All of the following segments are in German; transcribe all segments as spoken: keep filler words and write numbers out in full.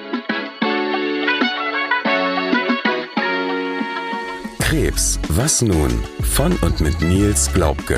Krebs, was nun? Von und mit Nils Glaubke.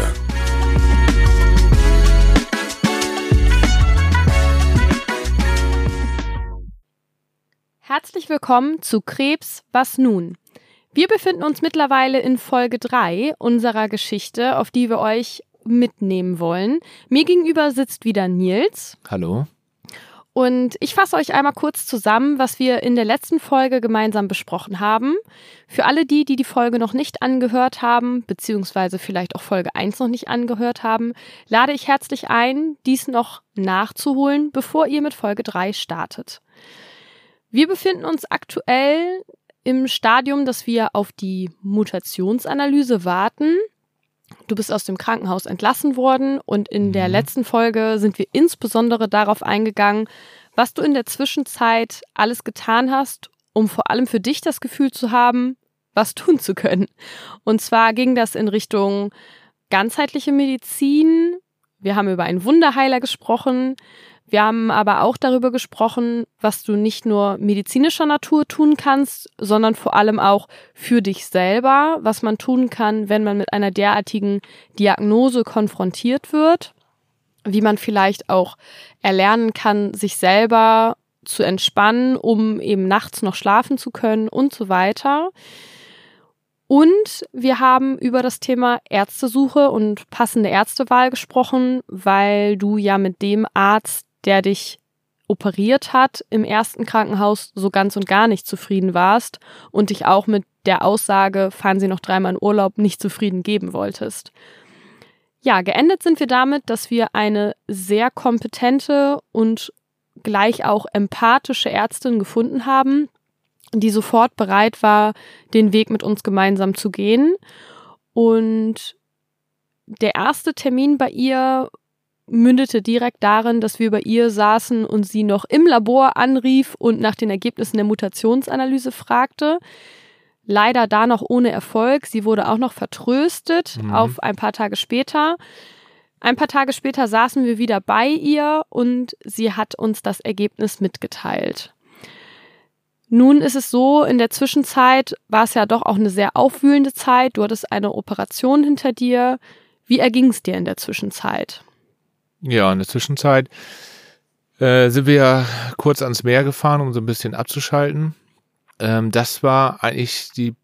Herzlich willkommen zu Krebs, was nun? Wir befinden uns mittlerweile in Folge drei unserer Geschichte, auf die wir euch mitnehmen wollen. Mir gegenüber sitzt wieder Nils. Hallo. Und ich fasse euch einmal kurz zusammen, was wir in der letzten Folge gemeinsam besprochen haben. Für alle die, die die Folge noch nicht angehört haben, beziehungsweise vielleicht auch Folge eins noch nicht angehört haben, lade ich herzlich ein, dies noch nachzuholen, bevor ihr mit Folge drei startet. Wir befinden uns aktuell im Stadium, dass wir auf die Mutationsanalyse warten. Du bist aus dem Krankenhaus entlassen worden und in der letzten Folge sind wir insbesondere darauf eingegangen, was du in der Zwischenzeit alles getan hast, um vor allem für dich das Gefühl zu haben, was tun zu können. Und zwar ging das in Richtung ganzheitliche Medizin. Wir haben über einen Wunderheiler gesprochen. Wir haben aber auch darüber gesprochen, was du nicht nur medizinischer Natur tun kannst, sondern vor allem auch für dich selber, was man tun kann, wenn man mit einer derartigen Diagnose konfrontiert wird, wie man vielleicht auch erlernen kann, sich selber zu entspannen, um eben nachts noch schlafen zu können und so weiter. Und wir haben über das Thema Ärztesuche und passende Ärztewahl gesprochen, weil du ja mit dem Arzt, der dich operiert hat, im ersten Krankenhaus so ganz und gar nicht zufrieden warst und dich auch mit der Aussage, fahren Sie noch dreimal in Urlaub, nicht zufrieden geben wolltest. Ja, geendet sind wir damit, dass wir eine sehr kompetente und gleich auch empathische Ärztin gefunden haben, die sofort bereit war, den Weg mit uns gemeinsam zu gehen. Und der erste Termin bei ihr mündete direkt darin, dass wir bei ihr saßen und sie noch im Labor anrief und nach den Ergebnissen der Mutationsanalyse fragte. Leider da noch ohne Erfolg. Sie wurde auch noch vertröstet mhm. auf ein paar Tage später. Ein paar Tage später saßen wir wieder bei ihr und sie hat uns das Ergebnis mitgeteilt. Nun ist es so, in der Zwischenzeit war es ja doch auch eine sehr aufwühlende Zeit. Du hattest eine Operation hinter dir. Wie erging es dir in der Zwischenzeit? Ja, in der Zwischenzeit äh, sind wir ja kurz ans Meer gefahren, um so ein bisschen abzuschalten. Ähm, das war eigentlich die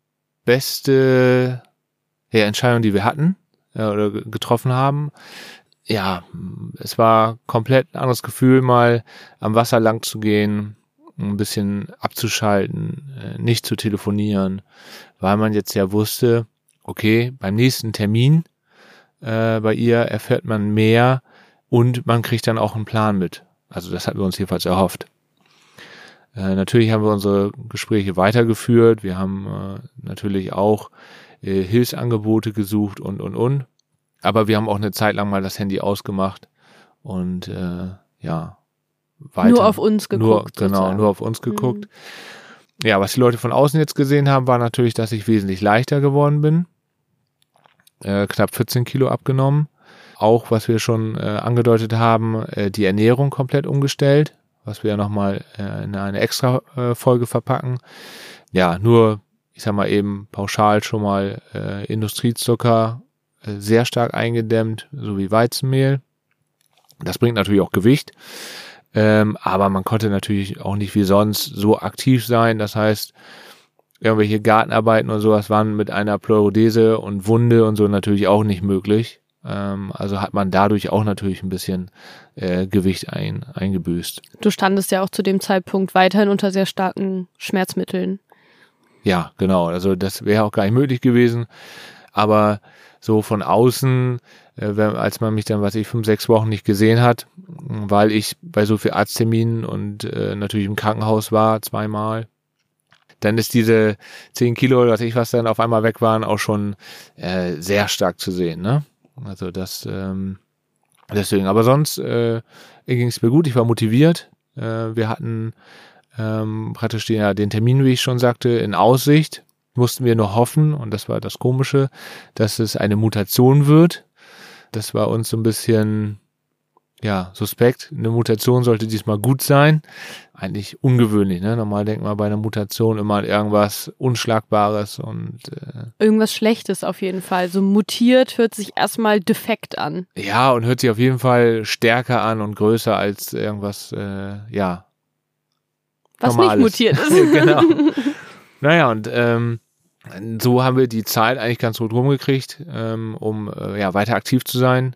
beste ja, Entscheidung, die wir hatten äh, oder g- getroffen haben. Ja, es war komplett ein anderes Gefühl, mal am Wasser lang zu gehen, ein bisschen abzuschalten, äh, nicht zu telefonieren, weil man jetzt ja wusste, okay, beim nächsten Termin äh, bei ihr erfährt man mehr, und man kriegt dann auch einen Plan mit. Also das hatten wir uns jedenfalls erhofft. Äh, natürlich haben wir unsere Gespräche weitergeführt. Wir haben äh, natürlich auch äh, Hilfsangebote gesucht und, und, und. Aber wir haben auch eine Zeit lang mal das Handy ausgemacht und äh, ja, weiter. Nur auf uns geguckt. Nur, genau, sozusagen. nur auf uns geguckt. Mhm. Ja, was die Leute von außen jetzt gesehen haben, war natürlich, dass ich wesentlich leichter geworden bin. Äh, knapp vierzehn Kilo abgenommen. Auch, was wir schon äh, angedeutet haben, äh, die Ernährung komplett umgestellt, was wir ja nochmal äh, in eine extra äh, Folge verpacken. Ja, nur, ich sag mal eben pauschal schon mal äh, Industriezucker äh, sehr stark eingedämmt, sowie Weizenmehl. Das bringt natürlich auch Gewicht, ähm, aber man konnte natürlich auch nicht wie sonst so aktiv sein. Das heißt, irgendwelche Gartenarbeiten und sowas waren mit einer Pleurodese und Wunde und so natürlich auch nicht möglich. Also hat man dadurch auch natürlich ein bisschen äh, Gewicht ein, eingebüßt. Du standest ja auch zu dem Zeitpunkt weiterhin unter sehr starken Schmerzmitteln. Ja, genau. Also das wäre auch gar nicht möglich gewesen. Aber so von außen, äh, wenn, als man mich dann, was ich, fünf, sechs Wochen nicht gesehen hat, weil ich bei so viel Arztterminen und äh, natürlich im Krankenhaus war, zweimal, dann ist diese zehn Kilo oder was ich was dann auf einmal weg waren, auch schon äh, sehr stark zu sehen, ne? Also das, ähm, deswegen, aber sonst äh, ging es mir gut, ich war motiviert. Äh, wir hatten ähm, praktisch den, ja, den Termin, wie ich schon sagte, in Aussicht. Mussten wir nur hoffen, und das war das Komische, dass es eine Mutation wird. Das war uns so ein bisschen, ja, suspekt. Eine Mutation sollte diesmal gut sein. Eigentlich ungewöhnlich, ne? Normal denkt man bei einer Mutation immer an irgendwas Unschlagbares und äh, irgendwas Schlechtes auf jeden Fall. So mutiert hört sich erstmal defekt an. ja, und hört sich auf jeden Fall stärker an und größer als irgendwas, äh, ja, was Normales. nicht mutiert ist. Genau. Naja, und ähm, so haben wir die Zeit eigentlich ganz gut rumgekriegt, ähm, um äh, ja, weiter aktiv zu sein,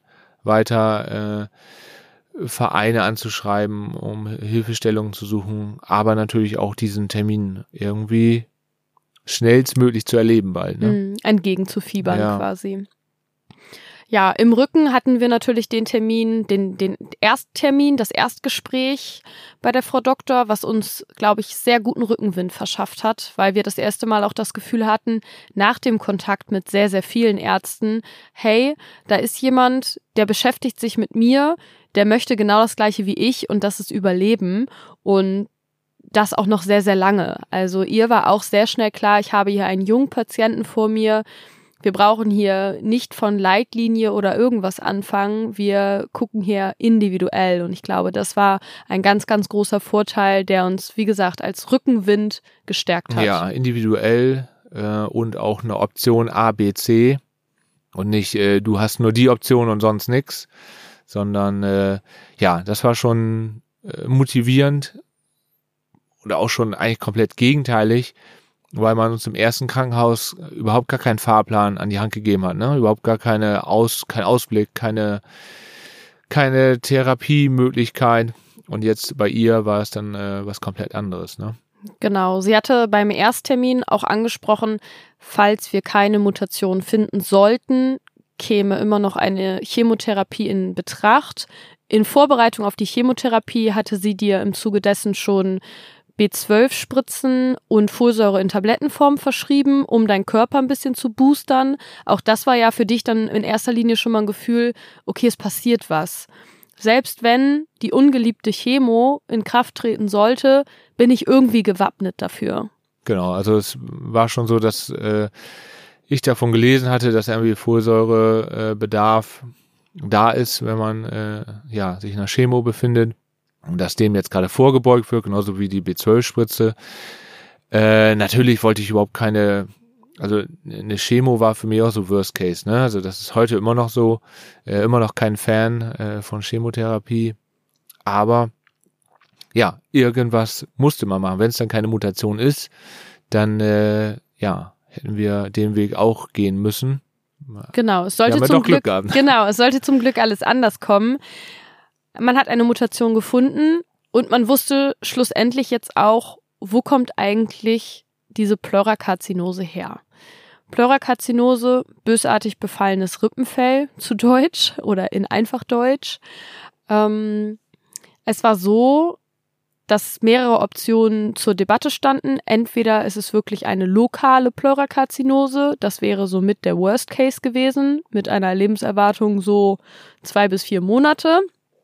weiter äh, Vereine anzuschreiben, um Hilfestellungen zu suchen, aber natürlich auch diesen Termin irgendwie schnellstmöglich zu erleben bald. Ne? Mm, entgegenzufiebern Ja. quasi. Ja, im Rücken hatten wir natürlich den Termin, den, den Ersttermin, das Erstgespräch bei der Frau Doktor, was uns, glaube ich, sehr guten Rückenwind verschafft hat, weil wir das erste Mal auch das Gefühl hatten, nach dem Kontakt mit sehr, sehr vielen Ärzten, hey, da ist jemand, der beschäftigt sich mit mir, der möchte genau das Gleiche wie ich und das ist Überleben und das auch noch sehr, sehr lange. Also ihr war auch sehr schnell klar, ich habe hier einen jungen Patienten vor mir. Wir brauchen hier nicht von Leitlinie oder irgendwas anfangen. Wir gucken hier individuell. Und ich glaube, das war ein ganz, ganz großer Vorteil, der uns, wie gesagt, als Rückenwind gestärkt hat. Ja, individuell äh, und auch eine Option A, B, C. Und nicht, äh, du hast nur die Option und sonst nix. Sondern, äh, ja, das war schon äh, motivierend oder auch schon eigentlich komplett gegenteilig, weil man uns im ersten Krankenhaus überhaupt gar keinen Fahrplan an die Hand gegeben hat, ne? Überhaupt gar keine Aus, kein Ausblick, keine, keine Therapiemöglichkeit. Und jetzt bei ihr war es dann äh, was komplett anderes, ne? Genau. Sie hatte beim Ersttermin auch angesprochen, falls wir keine Mutation finden sollten, käme immer noch eine Chemotherapie in Betracht. In Vorbereitung auf die Chemotherapie hatte sie dir im Zuge dessen schon B zwölf Spritzen und Folsäure in Tablettenform verschrieben, um deinen Körper ein bisschen zu boostern. Auch das war ja für dich dann in erster Linie schon mal ein Gefühl, okay, es passiert was. Selbst wenn die ungeliebte Chemo in Kraft treten sollte, bin ich irgendwie gewappnet dafür. Genau, also es war schon so, dass äh, ich davon gelesen hatte, dass irgendwie Folsäurebedarf äh, da ist, wenn man äh, ja, sich in einer Chemo befindet. Und dass dem jetzt gerade vorgebeugt wird, genauso wie die B zwölf Spritze. Äh, natürlich wollte ich überhaupt keine, also eine Chemo war für mich auch so Worst Case, ne? Also das ist heute immer noch so, äh, immer noch kein Fan äh, von Chemotherapie. Aber ja, irgendwas musste man machen. Wenn es dann keine Mutation ist, dann äh, ja, hätten wir den Weg auch gehen müssen. Genau, es sollte haben wir zum doch Glück Glück, gehabt. genau, es sollte zum Glück alles anders kommen. Man hat eine Mutation gefunden und man wusste schlussendlich jetzt auch, wo kommt eigentlich diese Pleurakarzinose her. Pleurakarzinose, bösartig befallenes Rippenfell zu Deutsch oder in Einfachdeutsch. Ähm, es war so, dass mehrere Optionen zur Debatte standen. Entweder ist es wirklich eine lokale Pleurakarzinose, das wäre somit der Worst Case gewesen, mit einer Lebenserwartung so zwei bis vier Monate.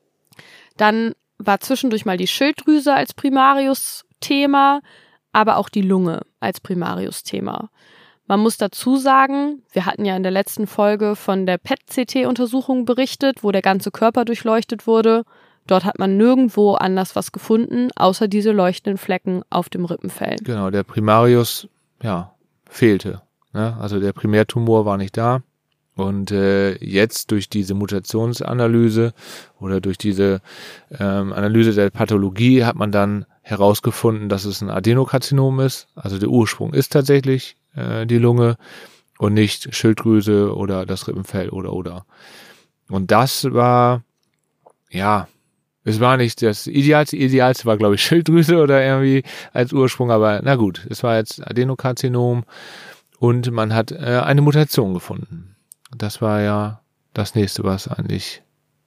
Dann war zwischendurch mal die Schilddrüse als Primarius-Thema, aber auch die Lunge als Primarius-Thema. Man muss dazu sagen, wir hatten ja in der letzten Folge von der P E T-C T-Untersuchung berichtet, wo der ganze Körper durchleuchtet wurde. Dort hat man nirgendwo anders was gefunden, außer diese leuchtenden Flecken auf dem Rippenfell. Genau, der Primarius, ja, fehlte. Ne? Also der Primärtumor war nicht da. Und äh, jetzt durch diese Mutationsanalyse oder durch diese ähm, Analyse der Pathologie hat man dann herausgefunden, dass es ein Adenokarzinom ist. Also der Ursprung ist tatsächlich äh, die Lunge und nicht Schilddrüse oder das Rippenfell oder oder. Und das war, ja, es war nicht das Idealste. Idealste war, glaube ich, Schilddrüse oder irgendwie als Ursprung. Aber na gut, es war jetzt Adenokarzinom und man hat äh, eine Mutation gefunden. Das war ja das nächste, was eigentlich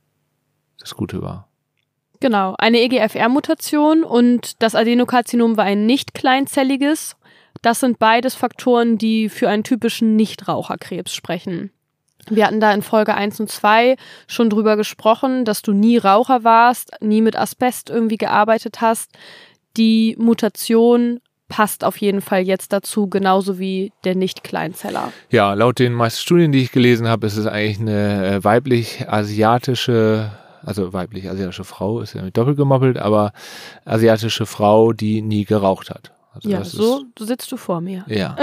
das Gute war. Genau, eine E G F R-Mutation und das Adenokarzinom war ein nicht kleinzelliges. Das sind beides Faktoren, die für einen typischen Nichtraucherkrebs sprechen. Wir hatten da in Folge eins und zwei schon drüber gesprochen, dass du nie Raucher warst, nie mit Asbest irgendwie gearbeitet hast. Die Mutation passt auf jeden Fall jetzt dazu, genauso wie der Nicht-Kleinzeller. Ja, laut den meisten Studien, die ich gelesen habe, ist es eigentlich eine weiblich-asiatische also weiblich, asiatische Frau, ist ja doppelt gemoppelt, aber asiatische Frau, die nie geraucht hat. Also ja, das so ist, sitzt du vor mir. Ja.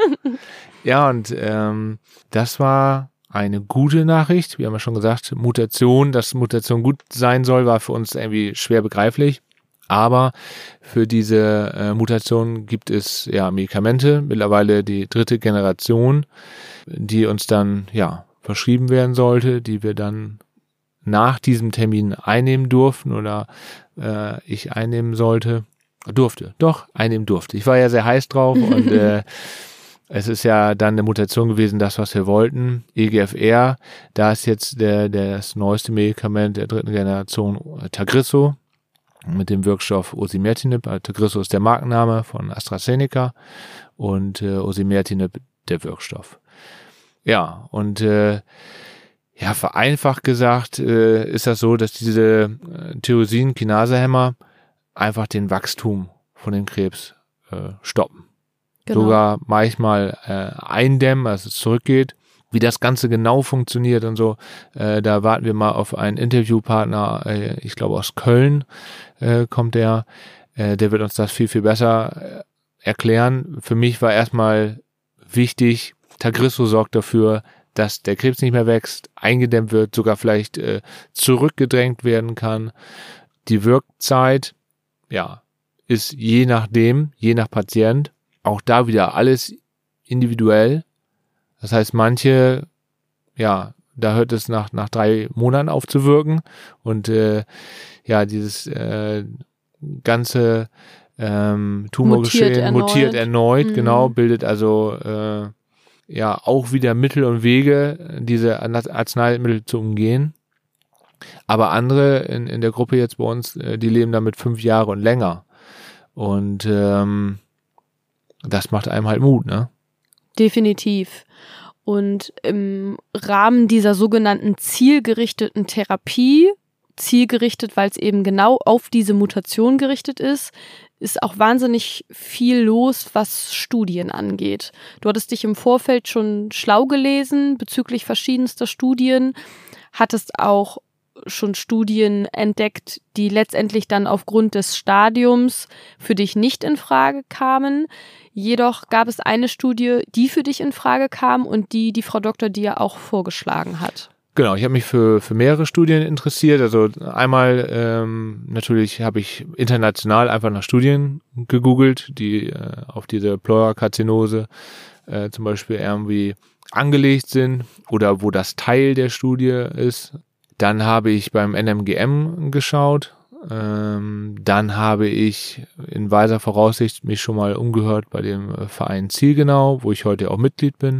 Ja, und ähm, das war eine gute Nachricht. Wir haben ja schon gesagt, Mutation, dass Mutation gut sein soll, war für uns irgendwie schwer begreiflich. Aber für diese äh, Mutation gibt es ja Medikamente, mittlerweile die dritte Generation, die uns dann ja verschrieben werden sollte, die wir dann nach diesem Termin einnehmen durften oder äh, ich einnehmen sollte. Durfte, doch, einnehmen durfte. Ich war ja sehr heiß drauf und äh, es ist ja dann eine Mutation gewesen, das, was wir wollten. E G F R, da ist jetzt der, der das neueste Medikament der dritten Generation Tagrisso mit dem Wirkstoff Osimertinib. Also Tagrisso ist der Markenname von AstraZeneca und äh, Osimertinib der Wirkstoff. Ja, und äh, ja, vereinfacht gesagt äh, ist das so, dass diese äh, Tyrosin-Kinase-Hämmer einfach den Wachstum von dem Krebs äh, stoppen. Genau. Sogar manchmal äh, eindämmen, also es zurückgeht. Wie das Ganze genau funktioniert und so, äh, da warten wir mal auf einen Interviewpartner, äh, ich glaube aus Köln äh, kommt der, äh, der wird uns das viel, viel besser äh, erklären. Für mich war erstmal wichtig, Tagrisso sorgt dafür, dass der Krebs nicht mehr wächst, eingedämmt wird, sogar vielleicht äh, zurückgedrängt werden kann. Die Wirkzeit, ja, ist je nachdem, je nach Patient, auch da wieder alles individuell. Das heißt, manche, ja, da hört es nach nach drei Monaten auf zu wirken und äh, ja, dieses äh, ganze ähm, Tumorgeschehen mutiert erneut, mutiert erneut mhm. genau, bildet also äh, ja auch wieder Mittel und Wege, diese Arzneimittel zu umgehen. Aber andere in in der Gruppe jetzt bei uns, äh, die leben damit fünf Jahre und länger und ähm, das macht einem halt Mut, ne? Definitiv. Und im Rahmen dieser sogenannten zielgerichteten Therapie, zielgerichtet, weil es eben genau auf diese Mutation gerichtet ist, ist auch wahnsinnig viel los, was Studien angeht. Du hattest dich im Vorfeld schon schlau gelesen bezüglich verschiedenster Studien, hattest auch schon Studien entdeckt, die letztendlich dann aufgrund des Stadiums für dich nicht in Frage kamen. Jedoch gab es eine Studie, die für dich in Frage kam und die die Frau Doktor dir auch vorgeschlagen hat. Genau, ich habe mich für für mehrere Studien interessiert. Also einmal ähm, natürlich habe ich international einfach nach Studien gegoogelt, die äh, auf diese Pleurakarzinose äh, zum Beispiel irgendwie angelegt sind oder wo das Teil der Studie ist. Dann habe ich beim N M G M geschaut. Ähm, dann habe ich in weiser Voraussicht mich schon mal umgehört bei dem Verein Zielgenau, wo ich heute auch Mitglied bin.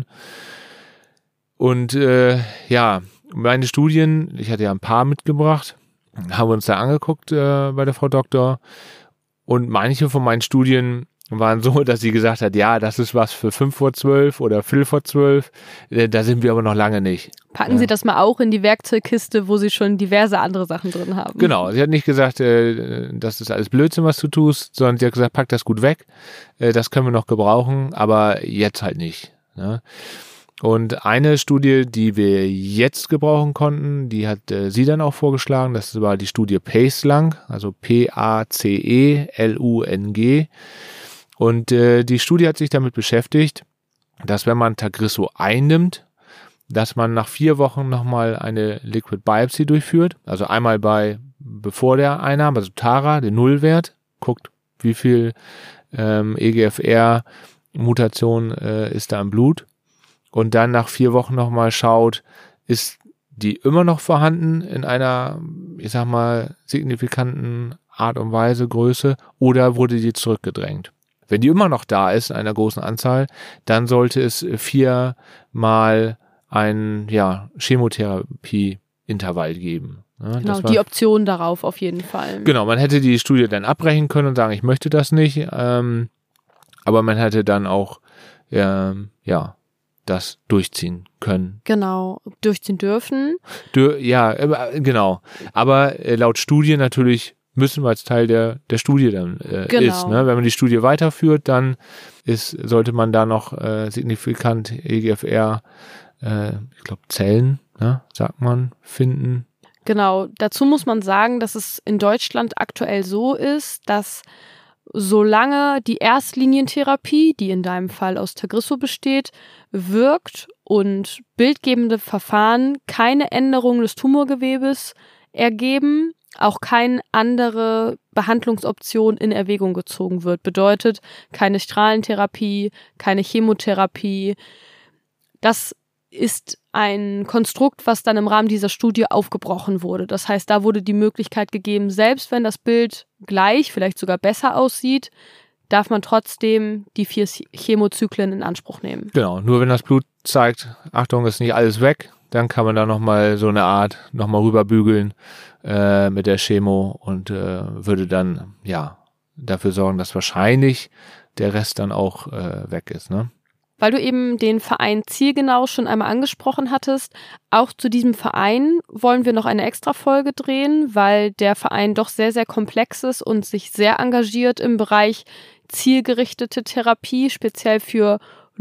Und äh, ja, meine Studien, ich hatte ja ein paar mitgebracht, haben wir uns da angeguckt äh, bei der Frau Doktor. Und manche von meinen Studien waren so, dass sie gesagt hat, ja, das ist was für fünf vor zwölf oder Viertel vor zwölf. Äh, da sind wir aber noch lange nicht. Packen ja. Sie das mal auch in die Werkzeugkiste, wo Sie schon diverse andere Sachen drin haben. Genau, sie hat nicht gesagt, äh, das ist alles Blödsinn, was du tust, sondern sie hat gesagt, pack das gut weg, äh, das können wir noch gebrauchen, aber jetzt halt nicht. Ne? Und eine Studie, die wir jetzt gebrauchen konnten, die hat äh, sie dann auch vorgeschlagen, das war die Studie PACE-Lung, also P A C E L U N G. Und äh, die Studie hat sich damit beschäftigt, dass wenn man Tagrisso einnimmt, dass man nach vier Wochen nochmal eine Liquid Biopsy durchführt. Also einmal bei, bevor der Einnahme, also Tara, den Nullwert, guckt, wie viel ähm, E G F R-Mutation äh, ist da im Blut. Und dann nach vier Wochen nochmal schaut, ist die immer noch vorhanden in einer, ich sag mal, signifikanten Art und Weise, Größe, oder wurde die zurückgedrängt? Wenn die immer noch da ist, in einer großen Anzahl, dann sollte es viermal ein ja, Chemotherapie-Intervall geben. Ja, genau, war, die Option darauf auf jeden Fall. Genau, man hätte die Studie dann abbrechen können und sagen, ich möchte das nicht, ähm, aber man hätte dann auch ähm, ja das durchziehen können. Genau, durchziehen dürfen. Dür- ja, äh, genau. Aber äh, laut Studie natürlich müssen wir als Teil der der Studie dann äh, genau. ist. Ne? Wenn man die Studie weiterführt, dann ist sollte man da noch äh, signifikant E G F R, äh, ich glaube Zellen, ne, sagt man, finden. Genau, dazu muss man sagen, dass es in Deutschland aktuell so ist, dass solange die Erstlinientherapie, die in deinem Fall aus Tagrisso besteht, wirkt und bildgebende Verfahren keine Änderung des Tumorgewebes ergeben, auch keine andere Behandlungsoption in Erwägung gezogen wird. Bedeutet keine Strahlentherapie, keine Chemotherapie. Das ist ein Konstrukt, was dann im Rahmen dieser Studie aufgebrochen wurde. Das heißt, da wurde die Möglichkeit gegeben, selbst wenn das Bild gleich, vielleicht sogar besser aussieht, darf man trotzdem die vier Chemozyklen in Anspruch nehmen. Genau, nur wenn das Blut zeigt, Achtung, ist nicht alles weg, dann kann man da nochmal so eine Art nochmal rüberbügeln äh, mit der Chemo und äh, würde dann ja dafür sorgen, dass wahrscheinlich der Rest dann auch äh, weg ist, ne? Weil du eben den Verein Zielgenau schon einmal angesprochen hattest, auch zu diesem Verein wollen wir noch eine Extra-Folge drehen, weil der Verein doch sehr, sehr komplex ist und sich sehr engagiert im Bereich zielgerichtete Therapie, speziell für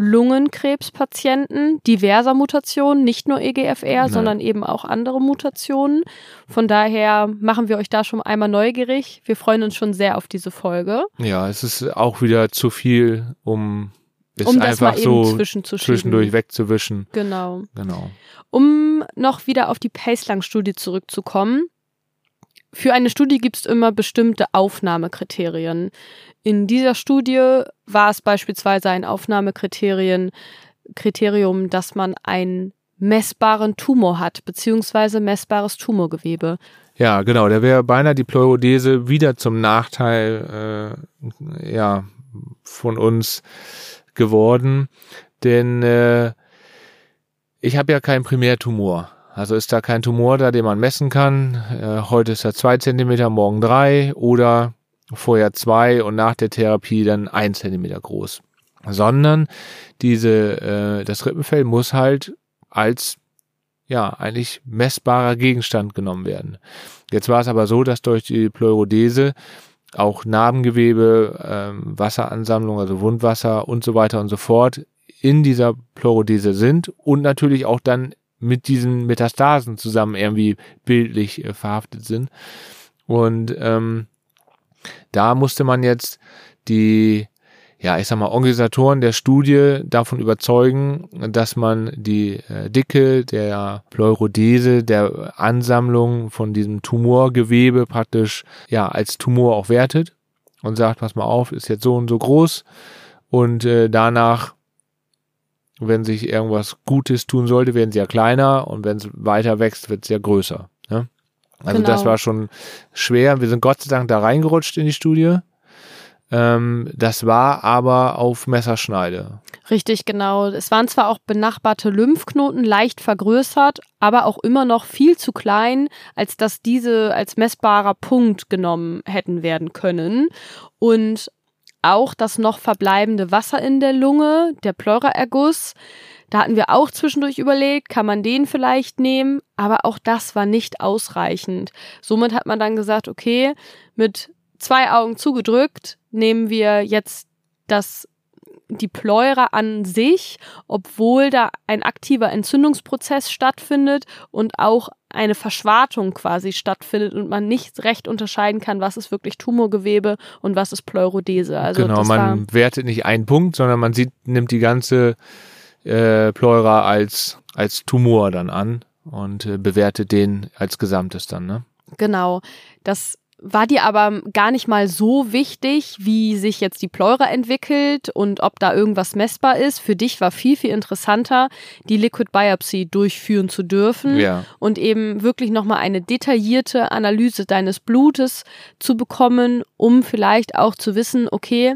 Lungenkrebspatienten diverser Mutationen, nicht nur E G F R, Nein. sondern eben auch andere Mutationen. Von daher machen wir euch da schon einmal neugierig. Wir freuen uns schon sehr auf diese Folge. Ja, es ist auch wieder zu viel, um Ist um das einfach mal eben so zwischenzuschieben. zwischendurch wegzuwischen. Genau. Genau. Um noch wieder auf die Pacelang-Studie zurückzukommen. Für eine Studie gibt es immer bestimmte Aufnahmekriterien. In dieser Studie war es beispielsweise ein Aufnahmekriterium, Kriterium, dass man einen messbaren Tumor hat, beziehungsweise messbares Tumorgewebe. Ja, genau. Da wäre beinahe die Pleurodese wieder zum Nachteil äh, ja, von uns geworden, denn äh, ich habe ja keinen Primärtumor. Also ist da kein Tumor da, den man messen kann. Äh, heute ist er zwei Zentimeter, morgen drei oder vorher zwei und nach der Therapie dann ein Zentimeter groß. Sondern diese äh, das Rippenfell muss halt als ja eigentlich messbarer Gegenstand genommen werden. Jetzt war es aber so, dass durch die Pleurodese auch Narbengewebe, ähm, Wasseransammlung, also Wundwasser und so weiter und so fort in dieser Pleurodese sind und natürlich auch dann mit diesen Metastasen zusammen irgendwie bildlich äh, verhaftet sind. Und ähm, da musste man jetzt die, ja, ich sag mal, Organisatoren der Studie davon überzeugen, dass man die äh, Dicke der Pleurodese, der Ansammlung von diesem Tumorgewebe praktisch ja als Tumor auch wertet und sagt, pass mal auf, ist jetzt so und so groß und äh, danach, wenn sich irgendwas Gutes tun sollte, werden sie ja kleiner und wenn es weiter wächst, wird es ja größer. Ne? Also Genau. Das war schon schwer. Wir sind Gott sei Dank da reingerutscht in die Studie. Ähm, das war aber auf Messerschneide. Richtig, genau. Es waren zwar auch benachbarte Lymphknoten leicht vergrößert, aber auch immer noch viel zu klein, als dass diese als messbarer Punkt genommen hätten werden können. Und auch das noch verbleibende Wasser in der Lunge, der Pleuraerguss, da hatten wir auch zwischendurch überlegt, kann man den vielleicht nehmen, aber auch das war nicht ausreichend. Somit hat man dann gesagt, okay, mit zwei Augen zugedrückt nehmen wir jetzt das, die Pleura an sich, obwohl da ein aktiver Entzündungsprozess stattfindet und auch eine Verschwartung quasi stattfindet und man nicht recht unterscheiden kann, was ist wirklich Tumorgewebe und was ist Pleurodese. Also genau, das man war, wertet nicht einen Punkt, sondern man sieht, nimmt die ganze äh, Pleura als, als Tumor dann an und äh, bewertet den als Gesamtes dann, ne? Genau, das war dir aber gar nicht mal so wichtig, wie sich jetzt die Pleura entwickelt und ob da irgendwas messbar ist. Für dich war viel, viel interessanter, die Liquid Biopsy durchführen zu dürfen Ja. und eben wirklich nochmal eine detaillierte Analyse deines Blutes zu bekommen, um vielleicht auch zu wissen, okay,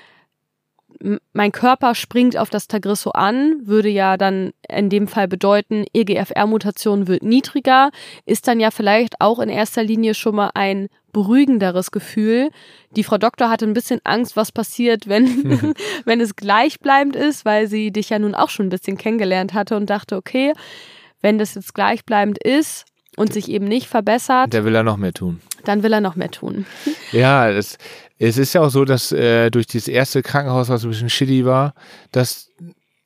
mein Körper springt auf das Tagrisso an, würde ja dann in dem Fall bedeuten, E G F R-Mutation wird niedriger, ist dann ja vielleicht auch in erster Linie schon mal ein beruhigenderes Gefühl. Die Frau Doktor hatte ein bisschen Angst, was passiert, wenn, mhm. wenn es gleichbleibend ist, weil sie dich ja nun auch schon ein bisschen kennengelernt hatte und dachte, okay, wenn das jetzt gleichbleibend ist und sich eben nicht verbessert, der will er noch mehr tun. Dann will er noch mehr tun. Ja, das, es ist ja auch so, dass äh, durch dieses erste Krankenhaus, was ein bisschen shitty war, dass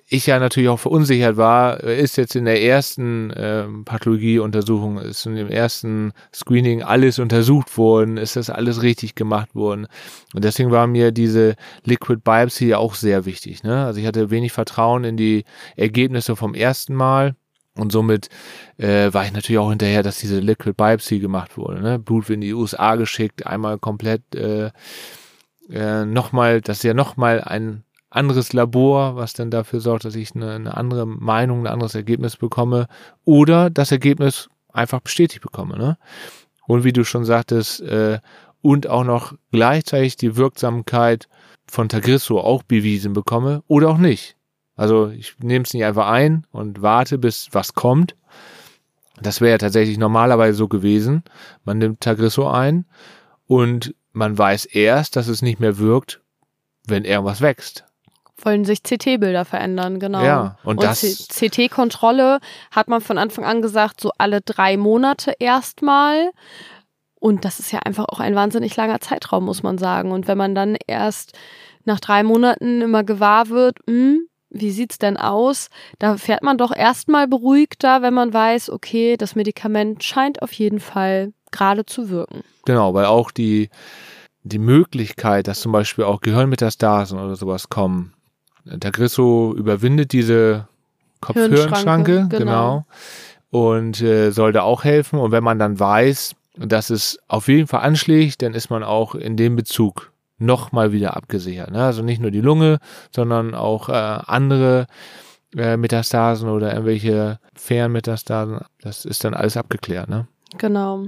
ich ja natürlich auch verunsichert war, ist jetzt in der ersten ähm, Pathologieuntersuchung, ist in dem ersten Screening alles untersucht worden, ist das alles richtig gemacht worden. Und deswegen war mir diese Liquid Biopsy auch sehr wichtig, ne? Also ich hatte wenig Vertrauen in die Ergebnisse vom ersten Mal und somit äh, war ich natürlich auch hinterher, dass diese Liquid Biopsy gemacht wurde, ne? Blut wird in die U S A geschickt, einmal komplett äh, äh, nochmal, das ist ja nochmal ein anderes Labor, was dann dafür sorgt, dass ich eine, eine andere Meinung, ein anderes Ergebnis bekomme oder das Ergebnis einfach bestätigt bekomme, ne? Und wie du schon sagtest, äh, und auch noch gleichzeitig die Wirksamkeit von Tagrisso auch bewiesen bekomme oder auch nicht. Also ich nehme es nicht einfach ein und warte, bis was kommt. Das wäre ja tatsächlich normalerweise so gewesen. Man nimmt Tagrisso ein und man weiß erst, dass es nicht mehr wirkt, wenn irgendwas wächst. Wollen sich C T-Bilder verändern, genau. Ja, und, und das C T-Kontrolle hat man von Anfang an gesagt, so alle drei Monate erstmal. Und das ist ja einfach auch ein wahnsinnig langer Zeitraum, muss man sagen. Und wenn man dann erst nach drei Monaten immer gewahr wird, mh, wie sieht's denn aus? Da fährt man doch erstmal beruhigter, wenn man weiß, okay, das Medikament scheint auf jeden Fall gerade zu wirken. Genau, weil auch die, die Möglichkeit, dass zum Beispiel auch Gehirnmetastasen oder sowas kommen, Tagrisso überwindet diese Kopf-Hirn-Schranke, genau. genau, und äh, soll da auch helfen. Und wenn man dann weiß, dass es auf jeden Fall anschlägt, dann ist man auch in dem Bezug nochmal wieder abgesichert, ne? Also nicht nur die Lunge, sondern auch äh, andere äh, Metastasen oder irgendwelche Fernmetastasen. Das ist dann alles abgeklärt, ne? Genau.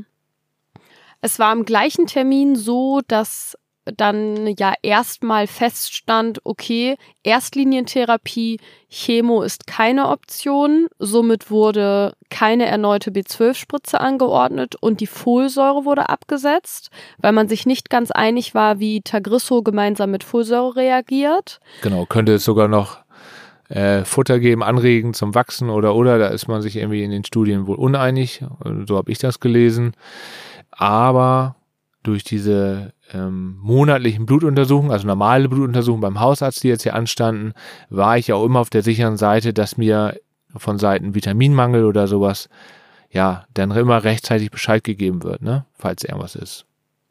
Es war am gleichen Termin so, dass dann ja erstmal feststand, okay, Erstlinientherapie, Chemo ist keine Option, somit wurde keine erneute B zwölf Spritze angeordnet und die Folsäure wurde abgesetzt, weil man sich nicht ganz einig war, wie Tagrisso gemeinsam mit Folsäure reagiert. Genau, könnte es sogar noch äh, Futter geben, anregen zum Wachsen oder oder, da ist man sich irgendwie in den Studien wohl uneinig, so habe ich das gelesen, aber durch diese ähm, monatlichen Blutuntersuchungen, also normale Blutuntersuchungen beim Hausarzt, die jetzt hier anstanden, war ich auch immer auf der sicheren Seite, dass mir von Seiten Vitaminmangel oder sowas, ja, dann immer rechtzeitig Bescheid gegeben wird, ne, falls irgendwas ist.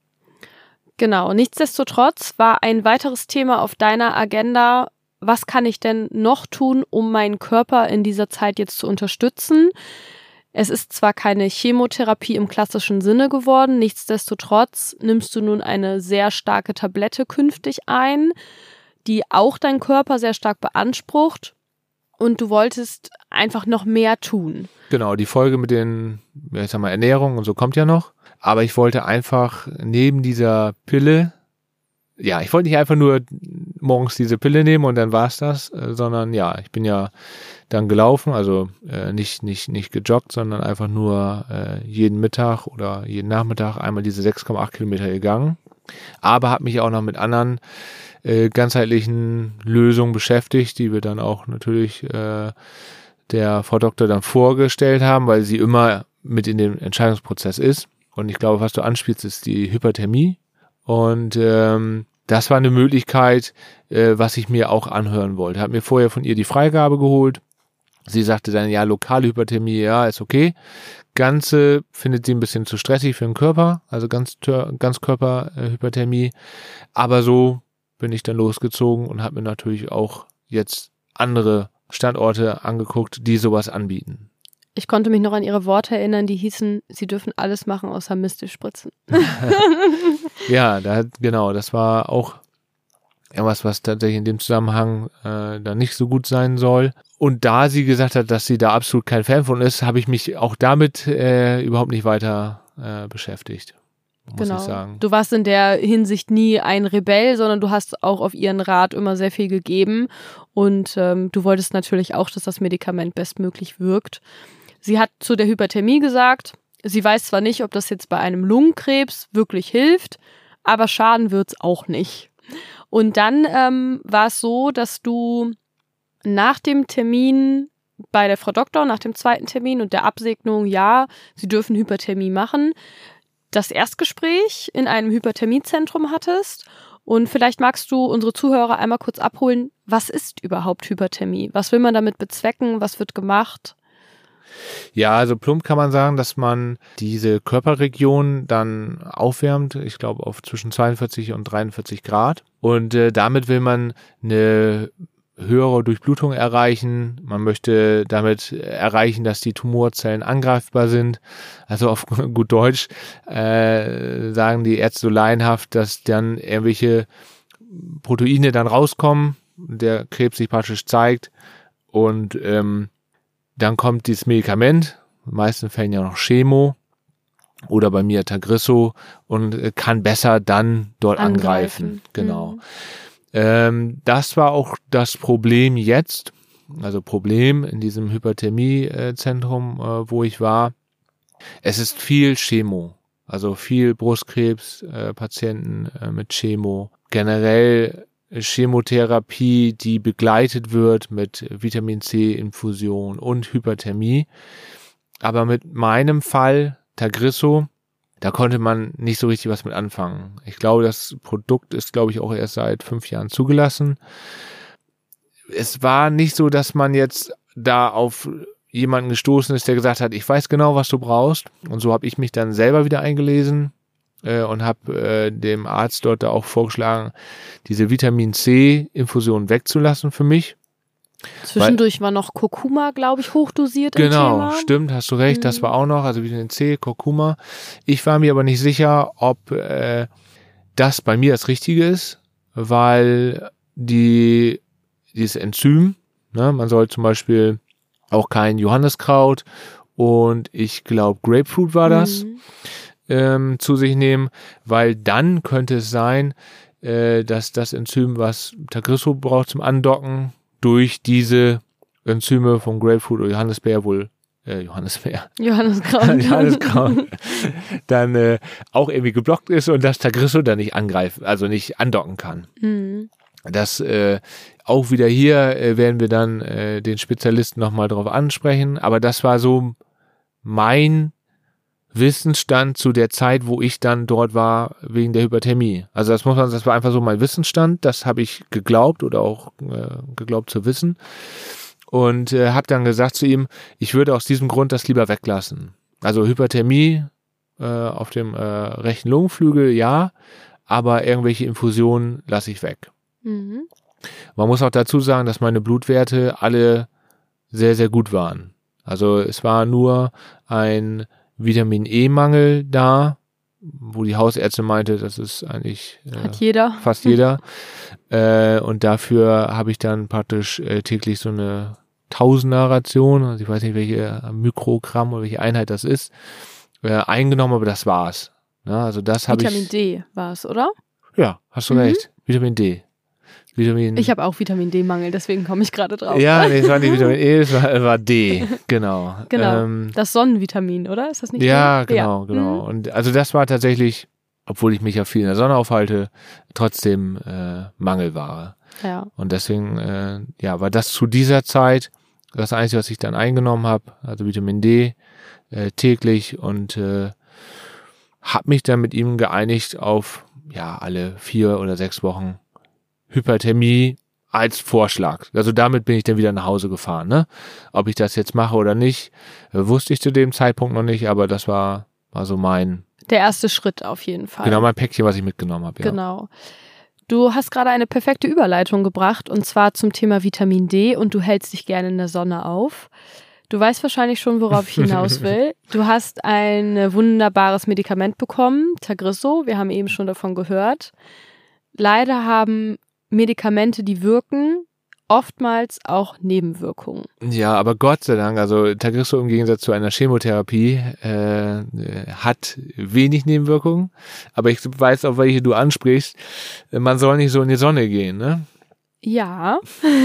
Genau, nichtsdestotrotz war ein weiteres Thema auf deiner Agenda, was kann ich denn noch tun, um meinen Körper in dieser Zeit jetzt zu unterstützen? Es ist zwar keine Chemotherapie im klassischen Sinne geworden, nichtsdestotrotz nimmst du nun eine sehr starke Tablette künftig ein, die auch deinen Körper sehr stark beansprucht und du wolltest einfach noch mehr tun. Genau, die Folge mit den, ich sag mal, Ernährung und so kommt ja noch, aber ich wollte einfach neben dieser Pille, ja, ich wollte nicht einfach nur morgens diese Pille nehmen und dann war's das, äh, sondern ja, ich bin ja dann gelaufen, also äh, nicht nicht nicht gejoggt, sondern einfach nur äh, jeden Mittag oder jeden Nachmittag einmal diese sechs Komma acht Kilometer gegangen, aber habe mich auch noch mit anderen äh, ganzheitlichen Lösungen beschäftigt, die wir dann auch natürlich äh, der Frau Doktor dann vorgestellt haben, weil sie immer mit in dem Entscheidungsprozess ist. Und ich glaube, was du anspielst, ist die Hyperthermie. Und ähm, das war eine Möglichkeit, äh, was ich mir auch anhören wollte. Habe mir vorher von ihr die Freigabe geholt. Sie sagte dann, ja, lokale Hyperthermie, ja, ist okay. Ganze findet sie ein bisschen zu stressig für den Körper, also ganz Ganzkörperhyperthermie. Aber so bin ich dann losgezogen und habe mir natürlich auch jetzt andere Standorte angeguckt, die sowas anbieten. Ich konnte mich noch an ihre Worte erinnern, die hießen, sie dürfen alles machen außer Mist spritzen. Ja, da, genau, das war auch irgendwas, was tatsächlich in dem Zusammenhang äh, da nicht so gut sein soll. Und da sie gesagt hat, dass sie da absolut kein Fan von ist, habe ich mich auch damit äh, überhaupt nicht weiter äh, beschäftigt, muss genau. ich sagen. Du warst in der Hinsicht nie ein Rebell, sondern du hast auch auf ihren Rat immer sehr viel gegeben und ähm, du wolltest natürlich auch, dass das Medikament bestmöglich wirkt. Sie hat zu der Hyperthermie gesagt, sie weiß zwar nicht, ob das jetzt bei einem Lungenkrebs wirklich hilft, aber schaden wird's auch nicht. Und dann ähm, war es so, dass du nach dem Termin bei der Frau Doktor, nach dem zweiten Termin und der Absegnung, ja, sie dürfen Hyperthermie machen, das Erstgespräch in einem Hyperthermiezentrum hattest Und vielleicht magst du unsere Zuhörer einmal kurz abholen, was ist überhaupt Hyperthermie? Was will man damit bezwecken? Was wird gemacht? Ja, also plump kann man sagen, dass man diese Körperregion dann aufwärmt, ich glaube auf zwischen zweiundvierzig und dreiundvierzig Grad. Und äh, damit will man eine höhere Durchblutung erreichen. Man möchte damit erreichen, dass die Tumorzellen angreifbar sind. Also auf gut Deutsch äh, sagen die Ärzte so laienhaft, dass dann irgendwelche Proteine dann rauskommen, der Krebs sich praktisch zeigt und ähm, dann kommt dieses Medikament, in den meisten Fällen ja noch Chemo oder bei mir Tagrisso und kann besser dann dort angreifen. angreifen. Genau. Mhm. Ähm, das war auch das Problem jetzt, also Problem in diesem Hyperthermiezentrum, äh, wo ich war. Es ist viel Chemo, also viel Brustkrebspatienten äh, äh, mit Chemo. Generell Chemotherapie, die begleitet wird mit Vitamin C-Infusion und Hyperthermie. Aber mit meinem Fall, Tagrisso, da konnte man nicht so richtig was mit anfangen. Ich glaube, das Produkt ist, glaube ich, auch erst seit fünf Jahren zugelassen. Es war nicht so, dass man jetzt da auf jemanden gestoßen ist, der gesagt hat, ich weiß genau, was du brauchst. Und so habe ich mich dann selber wieder eingelesen äh, und habe äh, dem Arzt dort da auch vorgeschlagen, diese Vitamin-C-Infusion wegzulassen für mich. Zwischendurch Weil, war noch Kurkuma, glaube ich, hochdosiert im Genau, Thema. Stimmt, hast du recht, mhm. das war auch noch, also Vitamin C, Kurkuma. Ich war mir aber nicht sicher, ob äh, das bei mir das Richtige ist, weil die dieses Enzym, ne, man soll zum Beispiel auch kein Johanniskraut und ich glaube Grapefruit war das, mhm. ähm, zu sich nehmen, weil dann könnte es sein, äh, dass das Enzym, was Tagrisso braucht zum Andocken, durch diese Enzyme von Grapefruit oder Johannisbeer wohl, äh, Johannisbeer. Johanniskraut. Johanniskraut. dann äh, auch irgendwie geblockt ist und das Tagrisso dann nicht angreifen, also nicht andocken kann. Mhm. Das äh, auch wieder hier äh, werden wir dann äh, den Spezialisten nochmal drauf ansprechen, aber das war so mein Wissensstand zu der Zeit, wo ich dann dort war wegen der Hyperthermie. Also das muss man, das war einfach so mein Wissensstand, das habe ich geglaubt oder auch äh, geglaubt zu wissen und äh, habe dann gesagt zu ihm, ich würde aus diesem Grund das lieber weglassen. Also Hyperthermie äh, auf dem äh, rechten Lungenflügel, ja, aber irgendwelche Infusionen lasse ich weg. Mhm. Man muss auch dazu sagen, dass meine Blutwerte alle sehr, sehr gut waren. Also es war nur ein Vitamin-E-Mangel da, wo die Hausärztin meinte, das ist eigentlich äh, Hat jeder. fast jeder. äh, und dafür habe ich dann praktisch äh, täglich so eine Tausender-Ration, also ich weiß nicht, welche Mikrogramm oder welche Einheit das ist, äh, eingenommen, aber das war's. Ja, also das habe ich. Vitamin D war es, oder? Ja, hast du mhm. recht. Vitamin D. Vitamin ich habe auch Vitamin D-Mangel, deswegen komme ich gerade drauf. Ja, nee, es war nicht Vitamin E, es war, war D, genau. Genau, ähm, das Sonnenvitamin, oder? Ist das nicht Ja, so? genau, ja. genau. Mhm. Und also das war tatsächlich, obwohl ich mich ja viel in der Sonne aufhalte, trotzdem äh, Mangelware. Ja. Und deswegen, äh, ja, war das zu dieser Zeit das Einzige, was ich dann eingenommen habe, also Vitamin D äh, täglich und äh, habe mich dann mit ihm geeinigt auf, ja, alle vier oder sechs Wochen Hyperthermie als Vorschlag. Also damit bin ich dann wieder nach Hause gefahren. Ne? Ob ich das jetzt mache oder nicht, wusste ich zu dem Zeitpunkt noch nicht, aber das war, war so mein... Der erste Schritt auf jeden Fall. Genau, mein Päckchen, was ich mitgenommen habe. Ja. Genau. Du hast gerade eine perfekte Überleitung gebracht und zwar zum Thema Vitamin D und du hältst dich gerne in der Sonne auf. Du weißt wahrscheinlich schon, worauf ich hinaus will. Du hast ein wunderbares Medikament bekommen, Tagrisso. Wir haben eben schon davon gehört. Leider haben Medikamente, die wirken, oftmals auch Nebenwirkungen. Ja, aber Gott sei Dank, also Tagrisso im Gegensatz zu einer Chemotherapie äh, hat wenig Nebenwirkungen, aber ich weiß auch, welche du ansprichst, man soll nicht so in die Sonne gehen, ne? Ja,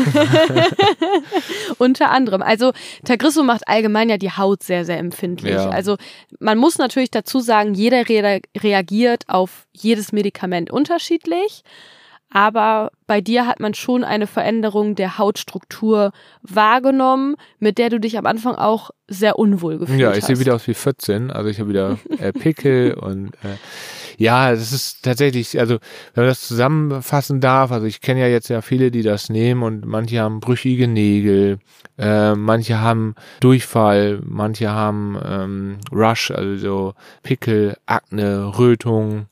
unter anderem. Also Tagrisso macht allgemein ja die Haut sehr, sehr empfindlich. Ja. Also man muss natürlich dazu sagen, jeder re- reagiert auf jedes Medikament unterschiedlich. Aber bei dir hat man schon eine Veränderung der Hautstruktur wahrgenommen, mit der du dich am Anfang auch sehr unwohl gefühlt hast. Ja, ich sehe wieder aus wie vierzehn, also ich habe wieder äh, Pickel und äh, ja, das ist tatsächlich, also wenn man das zusammenfassen darf, also ich kenne ja jetzt ja viele, die das nehmen und manche haben brüchige Nägel, äh, manche haben Durchfall, manche haben ähm, Rush, also so Pickel, Akne, Rötung.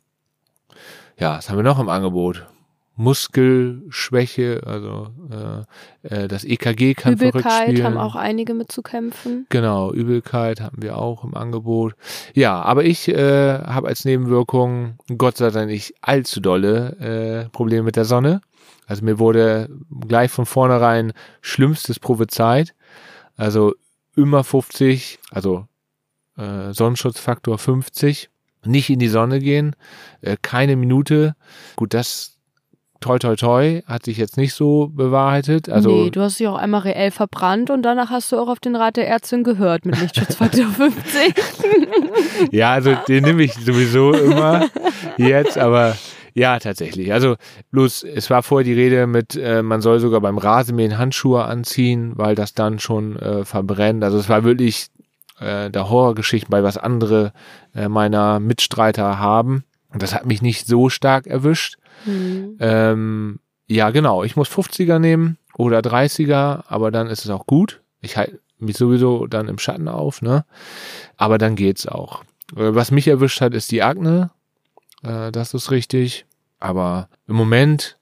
Ja, was haben wir noch im Angebot? Muskelschwäche, also äh, äh, das E K G kann verrückt spielen. Übelkeit haben auch einige mit zu kämpfen. Genau, Übelkeit haben wir auch im Angebot. Ja, aber ich äh, habe als Nebenwirkung, Gott sei Dank nicht allzu dolle, äh, Probleme mit der Sonne. Also mir wurde gleich von vornherein Schlimmstes prophezeit. Also immer fünfzig, also äh, Sonnenschutzfaktor fünfzig. Nicht in die Sonne gehen, äh, keine Minute. Gut, das toi toi toi hat sich jetzt nicht so bewahrheitet. Also, nee, du hast dich auch einmal reell verbrannt und danach hast du auch auf den Rat der Ärztin gehört mit Lichtschutzfaktor fünfzig. Ja, also den nehme ich sowieso immer jetzt, aber ja, tatsächlich. Also bloß, es war vorher die Rede mit, äh, man soll sogar beim Rasenmähen Handschuhe anziehen, weil das dann schon äh, verbrennt. Also es war wirklich äh, der Horrorgeschichten, bei was andere äh, meiner Mitstreiter haben. Und das hat mich nicht so stark erwischt. Mhm. Ähm, ja, genau. Ich muss fünfziger nehmen oder dreißiger, aber dann ist es auch gut. Ich halte mich sowieso dann im Schatten auf, ne? Aber dann geht's auch. Äh, was mich erwischt hat, ist die Akne. Äh, das ist richtig. Aber im Moment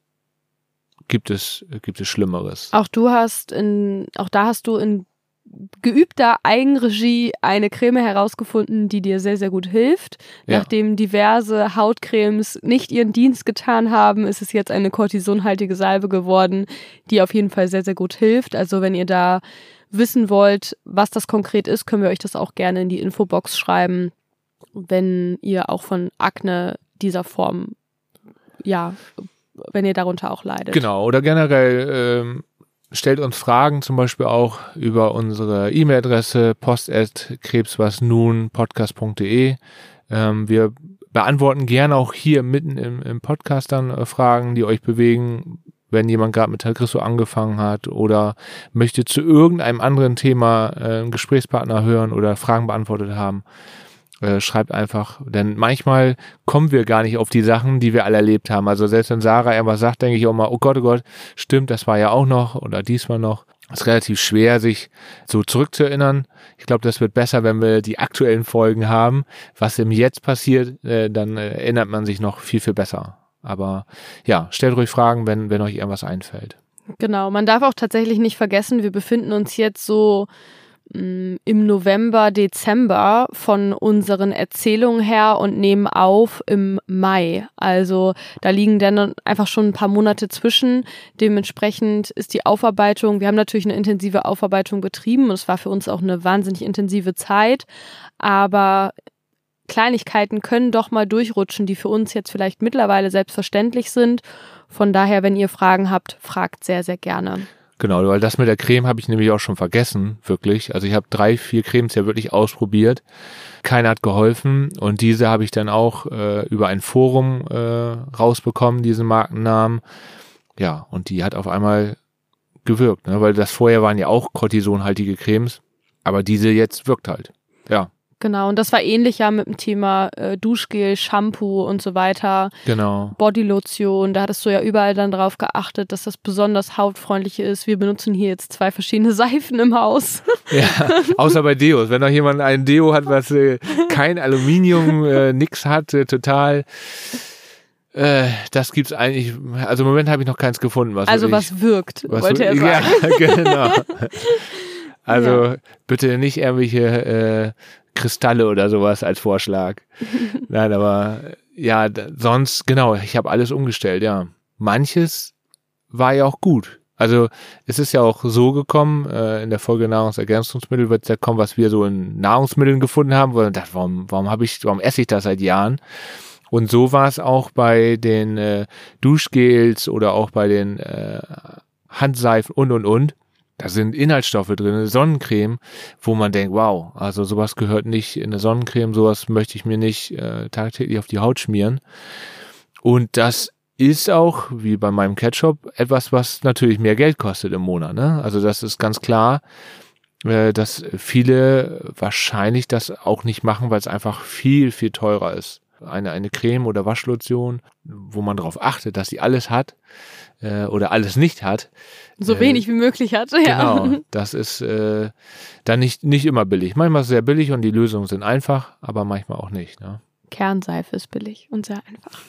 gibt es, gibt es Schlimmeres. Auch du hast in, auch da hast du in geübter Eigenregie eine Creme herausgefunden, die dir sehr, sehr gut hilft. Ja. Nachdem diverse Hautcremes nicht ihren Dienst getan haben, ist es jetzt eine kortisonhaltige Salbe geworden, die auf jeden Fall sehr, sehr gut hilft. Also wenn ihr da wissen wollt, was das konkret ist, können wir euch das auch gerne in die Infobox schreiben, wenn ihr auch von Akne dieser Form, ja, wenn ihr darunter auch leidet. Genau, oder generell ähm stellt uns Fragen, zum Beispiel auch über unsere E-Mail-Adresse post at krebswasnun podcast punkt de. Ähm, wir beantworten gerne auch hier mitten im, im Podcast dann äh, Fragen, die euch bewegen, wenn jemand gerade mit Tagrisso angefangen hat oder möchte zu irgendeinem anderen Thema äh, einen Gesprächspartner hören oder Fragen beantwortet haben. Äh, schreibt einfach, denn manchmal kommen wir gar nicht auf die Sachen, die wir alle erlebt haben. Also selbst wenn Sarah irgendwas sagt, denke ich auch mal, oh Gott, oh Gott, stimmt, das war ja auch noch oder diesmal noch. Es ist relativ schwer, sich so zurückzuerinnern. Ich glaube, das wird besser, wenn wir die aktuellen Folgen haben. Was im Jetzt passiert, äh, dann äh, erinnert man sich noch viel, viel besser. Aber ja, stellt ruhig Fragen, wenn, wenn euch irgendwas einfällt. Genau, man darf auch tatsächlich nicht vergessen, wir befinden uns jetzt so im November, Dezember von unseren Erzählungen her und nehmen auf im Mai. Also da liegen dann einfach schon ein paar Monate zwischen. Dementsprechend ist die Aufarbeitung, wir haben natürlich eine intensive Aufarbeitung betrieben und es war für uns auch eine wahnsinnig intensive Zeit, aber Kleinigkeiten können doch mal durchrutschen, die für uns jetzt vielleicht mittlerweile selbstverständlich sind. Von daher, wenn ihr Fragen habt, fragt sehr, sehr gerne. Genau, weil das mit der Creme habe ich nämlich auch schon vergessen, wirklich. Also ich habe drei, vier Cremes ja wirklich ausprobiert. Keiner hat geholfen und diese habe ich dann auch äh, über ein Forum äh, rausbekommen, diesen Markennamen. Ja, und die hat auf einmal gewirkt, ne? Weil das vorher waren ja auch kortisonhaltige Cremes, aber diese jetzt wirkt halt, ja. Genau, und das war ähnlich ja mit dem Thema äh, Duschgel, Shampoo und so weiter. Genau. Bodylotion, da hattest du ja überall dann drauf geachtet, dass das besonders hautfreundlich ist. Wir benutzen hier jetzt zwei verschiedene Seifen im Haus. Ja, außer bei Deos. Wenn noch jemand ein Deo hat, was äh, kein Aluminium, äh, nix hat, äh, total... Äh, das gibt's eigentlich, also im Moment habe ich noch keins gefunden. Was also ich, was wirkt, was wollte er sagen. Ja, genau. Also ja. Bitte nicht irgendwelche äh, Kristalle oder sowas als Vorschlag. Nein, aber ja, d- sonst, genau, ich habe alles umgestellt, ja. Manches war ja auch gut. Also es ist ja auch so gekommen, äh, in der Folge Nahrungsergänzungsmittel wird es ja kommen, was wir so in Nahrungsmitteln gefunden haben, wo ich dachte, warum, warum habe ich, warum esse ich das seit Jahren? Und so war es auch bei den äh, Duschgels oder auch bei den äh, Handseifen und, und, und. Da sind Inhaltsstoffe drin, eine Sonnencreme, wo man denkt, wow, also sowas gehört nicht in eine Sonnencreme, sowas möchte ich mir nicht äh, tagtäglich auf die Haut schmieren. Und das ist auch, wie bei meinem Ketchup, etwas, was natürlich mehr Geld kostet im Monat. Ne? Also das ist ganz klar, äh, dass viele wahrscheinlich das auch nicht machen, weil es einfach viel, viel teurer ist. Eine, eine Creme oder Waschlotion, wo man darauf achtet, dass sie alles hat äh, oder alles nicht hat. So äh, wenig wie möglich hat. Ja. Genau, das ist äh, dann nicht, nicht immer billig. Manchmal ist es sehr billig und die Lösungen sind einfach, aber manchmal auch nicht. Ne? Kernseife ist billig und sehr einfach.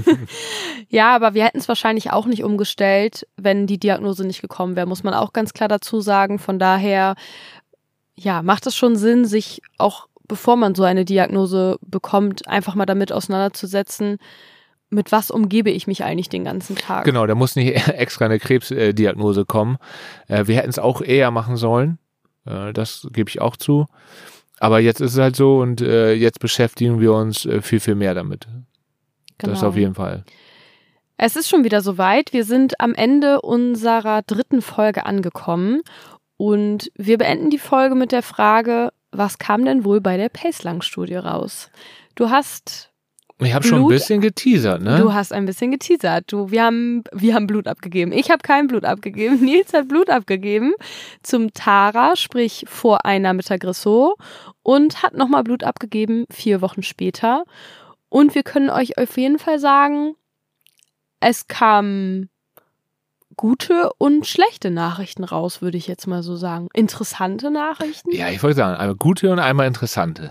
Ja, aber wir hätten es wahrscheinlich auch nicht umgestellt, wenn die Diagnose nicht gekommen wäre, muss man auch ganz klar dazu sagen. Von daher, ja, macht es schon Sinn, sich auch, bevor man so eine Diagnose bekommt, einfach mal damit auseinanderzusetzen, mit was umgebe ich mich eigentlich den ganzen Tag. Genau, da muss nicht extra eine Krebsdiagnose kommen. Wir hätten es auch eher machen sollen, das gebe ich auch zu. Aber jetzt ist es halt so und äh, jetzt beschäftigen wir uns äh, viel, viel mehr damit. Genau. Das auf jeden Fall. Es ist schon wieder soweit. Wir sind am Ende unserer dritten Folge angekommen und wir beenden die Folge mit der Frage, was kam denn wohl bei der Pacelang-Studie raus? Du hast Ich habe schon ein bisschen geteasert, ne? Du hast ein bisschen geteasert. Du, wir haben, wir haben Blut abgegeben. Ich habe kein Blut abgegeben. Nils hat Blut abgegeben zum Tara, sprich vor einer mit der Tagrisso, und hat nochmal Blut abgegeben vier Wochen später. Und wir können euch auf jeden Fall sagen, es kamen gute und schlechte Nachrichten raus, würde ich jetzt mal so sagen. Interessante Nachrichten? Ja, ich wollte sagen, einmal gute und einmal interessante.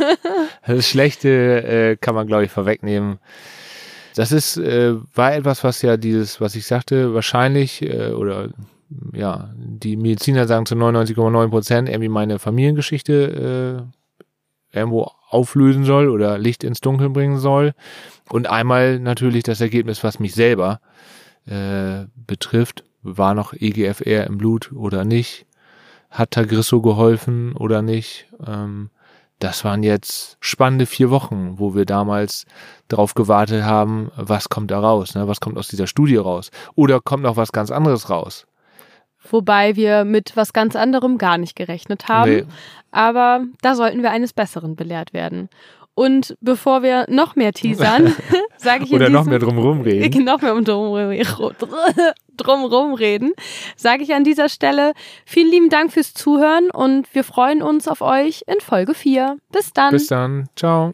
Das Schlechte äh, kann man, glaube ich, vorwegnehmen. Das ist, äh, war etwas, was ja dieses, was ich sagte, wahrscheinlich, äh, oder ja, die Mediziner sagen zu neunundneunzig Komma neun Prozent irgendwie meine Familiengeschichte äh, irgendwo auflösen soll oder Licht ins Dunkel bringen soll. Und einmal natürlich das Ergebnis, was mich selber äh, betrifft. War noch E G F R im Blut oder nicht? Hat Tagrisso geholfen oder nicht? Ähm, das waren jetzt spannende vier Wochen, wo wir damals darauf gewartet haben, was kommt da raus, ne? Was kommt aus dieser Studie raus? Oder kommt noch was ganz anderes raus? Wobei wir mit was ganz anderem gar nicht gerechnet haben. Nee. Aber da sollten wir eines Besseren belehrt werden. Und bevor wir noch mehr teasern, sage ich in Oder diesem, noch mehr drumherum reden. Noch mehr um drumherum, drumherum reden, sage ich an dieser Stelle vielen lieben Dank fürs Zuhören und wir freuen uns auf euch in Folge vier. Bis dann. Bis dann. Ciao.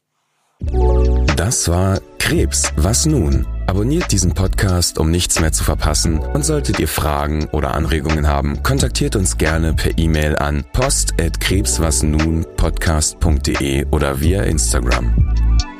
Das war Krebs, was nun? Abonniert diesen Podcast, um nichts mehr zu verpassen. Und solltet ihr Fragen oder Anregungen haben, kontaktiert uns gerne per E-Mail an post at krebswasnunpodcast punkt de oder via Instagram.